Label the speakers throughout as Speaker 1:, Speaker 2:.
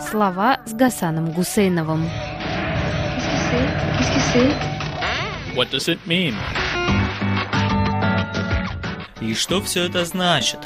Speaker 1: Слова с Гасаном Гусейновым.
Speaker 2: What does it mean?
Speaker 3: И что все это значит?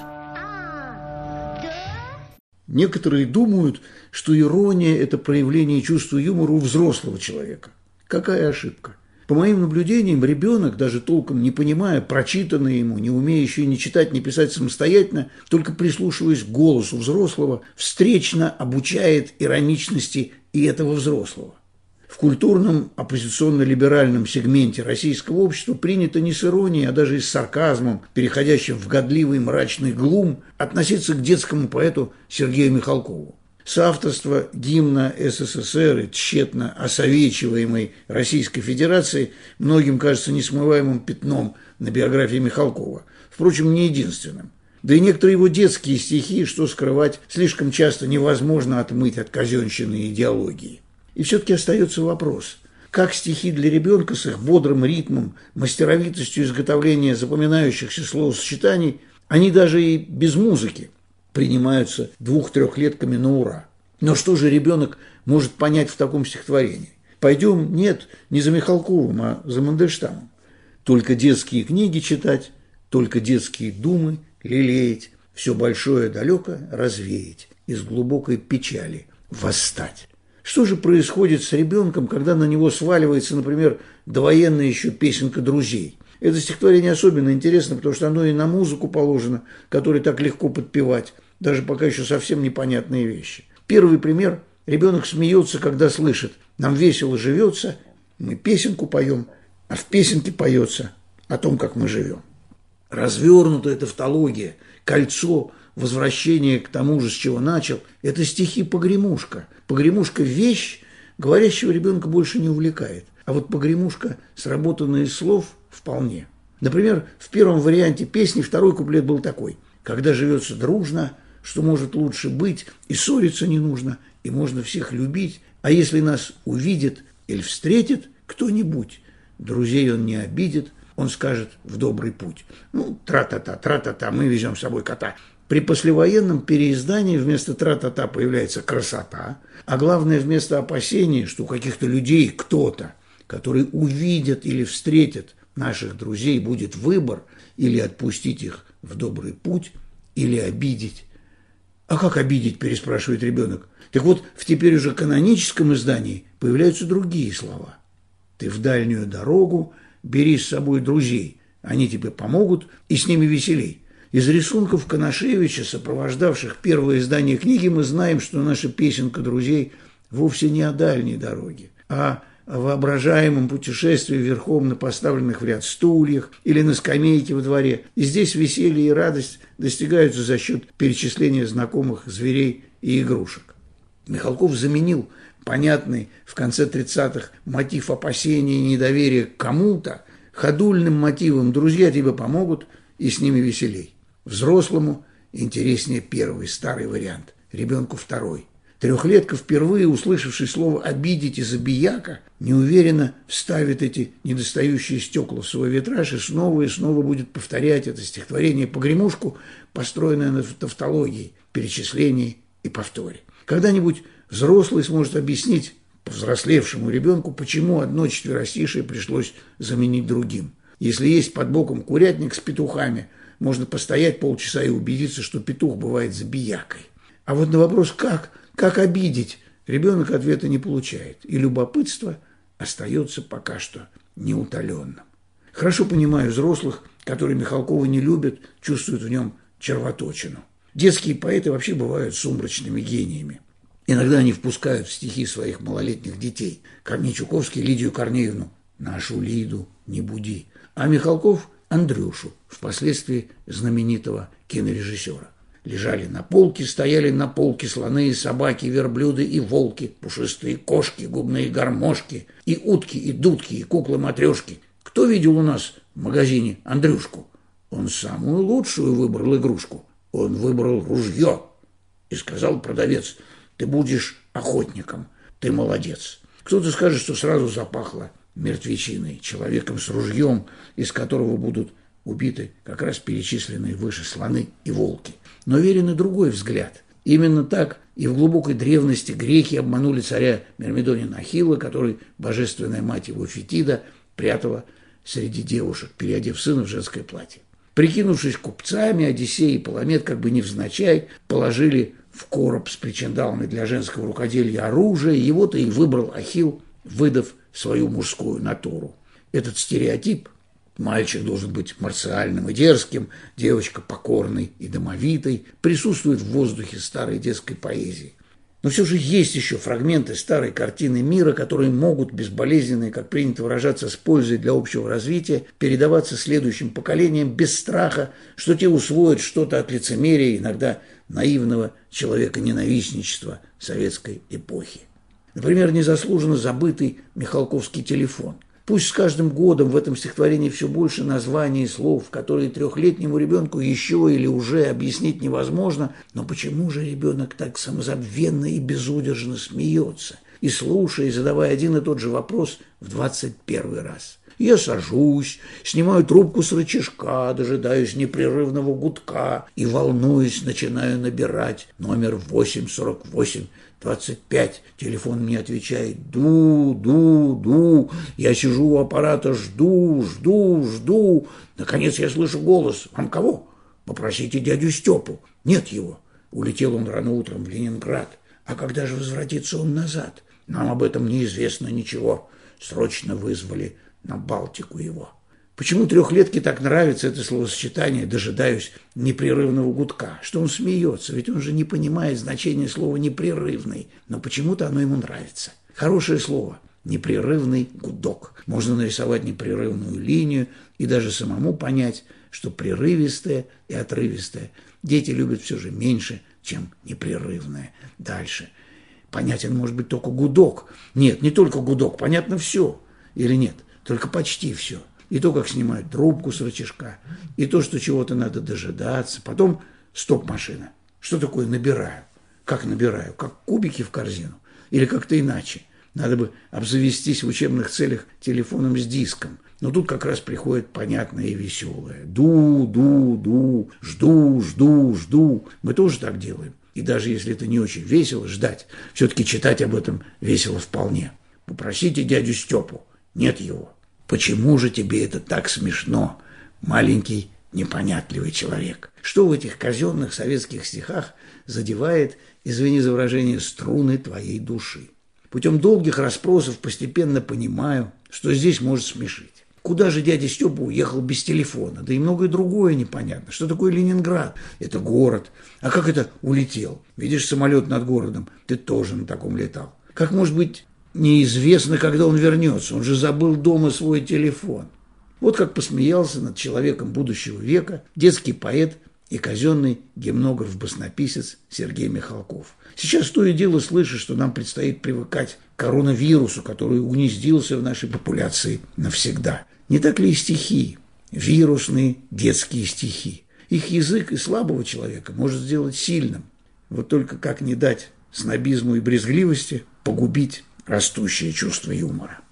Speaker 4: Некоторые думают, что ирония – это проявление чувства юмора у взрослого человека. Какая ошибка! По моим наблюдениям, ребенок, даже толком не понимая, прочитанное ему, не умеющий ни читать, ни писать самостоятельно, только прислушиваясь к голосу взрослого, встречно обучает ироничности и этого взрослого. В культурном оппозиционно-либеральном сегменте российского общества принято не с иронией, а даже и с сарказмом, переходящим в годливый мрачный глум, относиться к детскому поэту Сергею Михалкову. Соавторство гимна СССР и тщетно осовечиваемой Российской Федерации многим кажется несмываемым пятном на биографии Михалкова. Впрочем, не единственным. Да и некоторые его детские стихи, что скрывать, слишком часто невозможно отмыть от казенщины и идеологии. И все-таки остается вопрос, как стихи для ребенка с их бодрым ритмом, мастеровитостью изготовления запоминающихся словосочетаний, они даже и без музыки принимаются 2-3-летками на ура. Но что же ребенок может понять в таком стихотворении? Пойдем, нет, не за Михалковым, а за Мандельштамом. Только детские книги читать, только детские думы лелеять, все большое далеко развеять, из глубокой печали восстать. Что же происходит с ребенком, когда на него сваливается, например, довоенная еще песенка «Друзей»? Это стихотворение особенно интересно, потому что оно и на музыку положено, которой так легко подпевать, даже пока еще совсем непонятные вещи. Первый пример. Ребенок смеется, когда слышит: «Нам весело живется, мы песенку поем, а в песенке поется о том, как мы живем». Развернутая тавтология, кольцо, возвращение к тому же, с чего начал, это стихи «Погремушка». «Погремушка» – вещь, говорящего ребенка больше не увлекает. А вот «Погремушка», сработанная из слов, вполне. Например, в первом варианте песни второй куплет был такой: «Когда живется дружно, что может лучше быть, и ссориться не нужно, и можно всех любить, а если нас увидит или встретит кто-нибудь, друзей он не обидит, он скажет в добрый путь». Ну, тра-та-та, мы везем с собой кота. При послевоенном переиздании вместо тра-та-та появляется красота, а главное, вместо опасения, что у каких-то людей кто-то, который увидят или встретит наших друзей, будет выбор: или отпустить их в добрый путь, или обидеть. «А как обидеть?» – переспрашивает ребенок. Так вот, в теперь уже каноническом издании появляются другие слова. «Ты в дальнюю дорогу бери с собой друзей, они тебе помогут, и с ними веселей». Из рисунков Конашевича, сопровождавших первое издание книги, мы знаем, что наша песенка «Друзей» вовсе не о дальней дороге, а о воображаемом путешествии верхом на поставленных в ряд стульях или на скамейке во дворе. И здесь веселье и радость достигаются за счет перечисления знакомых зверей и игрушек. Михалков заменил понятный в конце 30-х мотив опасения и недоверия к кому-то ходульным мотивом «друзья тебе помогут, и с ними веселей». Взрослому интереснее первый, старый вариант, ребенку второй. Трехлетка, впервые услышавший слово «обидеть» и «забияка», неуверенно вставит эти недостающие стекла в свой витраж и снова будет повторять это стихотворение «Погремушку», построенное на тавтологии, перечислении и повторе. Когда-нибудь взрослый сможет объяснить повзрослевшему ребенку, почему одно четверостишее пришлось заменить другим. Если есть под боком курятник с петухами, можно постоять полчаса и убедиться, что петух бывает забиякой. А вот на вопрос «как обидеть?» ребенок ответа не получает, и любопытство остается пока что неутоленным. Хорошо понимаю взрослых, которые Михалкова не любят, чувствуют в нем червоточину. Детские поэты вообще бывают сумрачными гениями. Иногда они впускают в стихи своих малолетних детей. Корней Чуковский Лидию Корнеевну «Нашу Лиду не буди», а Михалков Андрюшу, впоследствии знаменитого кинорежиссера. Лежали на полке, стояли на полке слоны и собаки, верблюды и волки, пушистые кошки, губные гармошки, и утки, и дудки, и куклы-матрешки. Кто видел у нас в магазине Андрюшку? Он самую лучшую выбрал игрушку. Он выбрал ружье. И сказал продавец: «Ты будешь охотником, ты молодец». Кто-то скажет, что сразу запахло мертвечиной, человеком с ружьем, из которого будут убиты как раз перечисленные выше слоны и волки. Но верен и другой взгляд. Именно так и в глубокой древности греки обманули царя Мирмидонина Ахилла, который божественная мать его Фетида прятала среди девушек, переодев сына в женское платье. Прикинувшись купцами, Одиссей и Паламет как бы невзначай положили в короб с причиндалами для женского рукоделия оружие, его-то и выбрал Ахилл, выдав свою мужскую натуру. Этот стереотип – мальчик должен быть марциальным и дерзким, девочка покорной и домовитой – присутствует в воздухе старой детской поэзии. Но все же есть еще фрагменты старой картины мира, которые могут безболезненно и, как принято выражаться, с пользой для общего развития, передаваться следующим поколениям без страха, что те усвоят что-то от лицемерия, иногда наивного человека-ненавистничества советской эпохи. Например, незаслуженно забытый Михалковский телефон. Пусть с каждым годом в этом стихотворении все больше названий и слов, которые трехлетнему ребенку еще или уже объяснить невозможно, но почему же ребенок так самозабвенно и безудержно смеется, и слушая, и задавая один и тот же вопрос в 21 раз? Я сажусь, снимаю трубку с рычажка, дожидаюсь непрерывного гудка и, волнуясь, начинаю набирать номер 84825. Телефон мне отвечает: ду. Я сижу у аппарата, жду. Наконец я слышу голос: вам кого? Попросите дядю Степу. Нет его. Улетел он рано утром в Ленинград. А когда же возвратится он назад? Нам об этом неизвестно ничего. Срочно вызвали на Балтику его. Почему трехлетке так нравится это словосочетание «дожидаюсь непрерывного гудка»? Что он смеется, ведь он же не понимает значения слова «непрерывный», но почему-то оно ему нравится. Хорошее слово – непрерывный гудок. Можно нарисовать непрерывную линию и даже самому понять, что прерывистое и отрывистое дети любят все же меньше, чем непрерывное. Дальше. Понятен может быть только гудок. Нет, не только гудок, понятно все. Или нет? Только почти все. И то, как снимают трубку с рычажка, и то, что чего-то надо дожидаться. Потом стоп-машина. Что такое набираю? Как набираю? Как кубики в корзину? Или как-то иначе? Надо бы обзавестись в учебных целях телефоном с диском. Но тут как раз приходит понятное и веселое. Ду, жду. Мы тоже так делаем. И даже если это не очень весело ждать, все-таки читать об этом весело вполне. Попросите дядю Степу. Нет его. Почему же тебе это так смешно, маленький непонятливый человек? Что в этих казенных советских стихах задевает, извини за выражение, струны твоей души? Путем долгих расспросов постепенно понимаю, что здесь может смешить. Куда же дядя Степа уехал без телефона? Да и многое другое непонятно. Что такое Ленинград? Это город. А как это улетел? Видишь самолет над городом? Ты тоже на таком летал. Как может быть неизвестно, когда он вернется? Он же забыл дома свой телефон. Вот как посмеялся над человеком будущего века детский поэт и казенный гимнограф-баснописец Сергей Михалков. Сейчас то и дело слышу, что нам предстоит привыкать к коронавирусу, который угнездился в нашей популяции навсегда. Не так ли и стихи, вирусные детские стихи? Их язык и слабого человека может сделать сильным. Вот только как не дать снобизму и брезгливости погубить растущее чувство юмора.